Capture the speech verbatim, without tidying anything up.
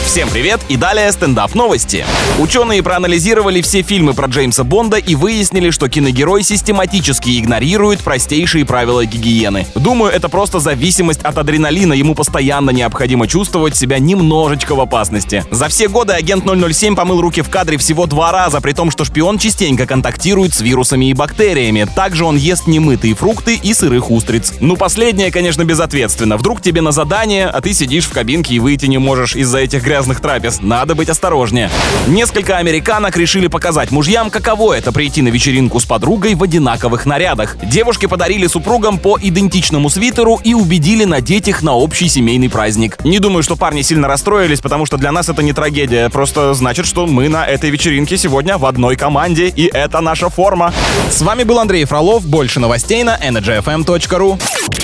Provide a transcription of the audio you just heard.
Всем привет и далее стендап новости. Ученые проанализировали все фильмы про Джеймса Бонда и выяснили, что киногерой систематически игнорирует простейшие правила гигиены. Думаю, это просто зависимость от адреналина, ему постоянно необходимо чувствовать себя немножечко в опасности. За все годы агент ноль ноль семь помыл руки в кадре всего два раза, при том, что шпион частенько контактирует с вирусами и бактериями. Также он ест немытые фрукты и сырых устриц. Ну, последнее, конечно, безответственно. Вдруг тебе на задание, а ты сидишь в кабинке и выйти не можешь из-за этих грязных трапез. Надо быть осторожнее. Несколько американок решили показать мужьям, каково это прийти на вечеринку с подругой в одинаковых нарядах. Девушки подарили супругам по идентичному свитеру и убедили надеть их на общий семейный праздник. Не думаю, что парни сильно расстроились, потому что для нас это не трагедия. Просто значит, что мы на этой вечеринке сегодня в одной команде, и это наша форма. С вами был Андрей Фролов. Больше новостей на энерджи эф эм точка ру.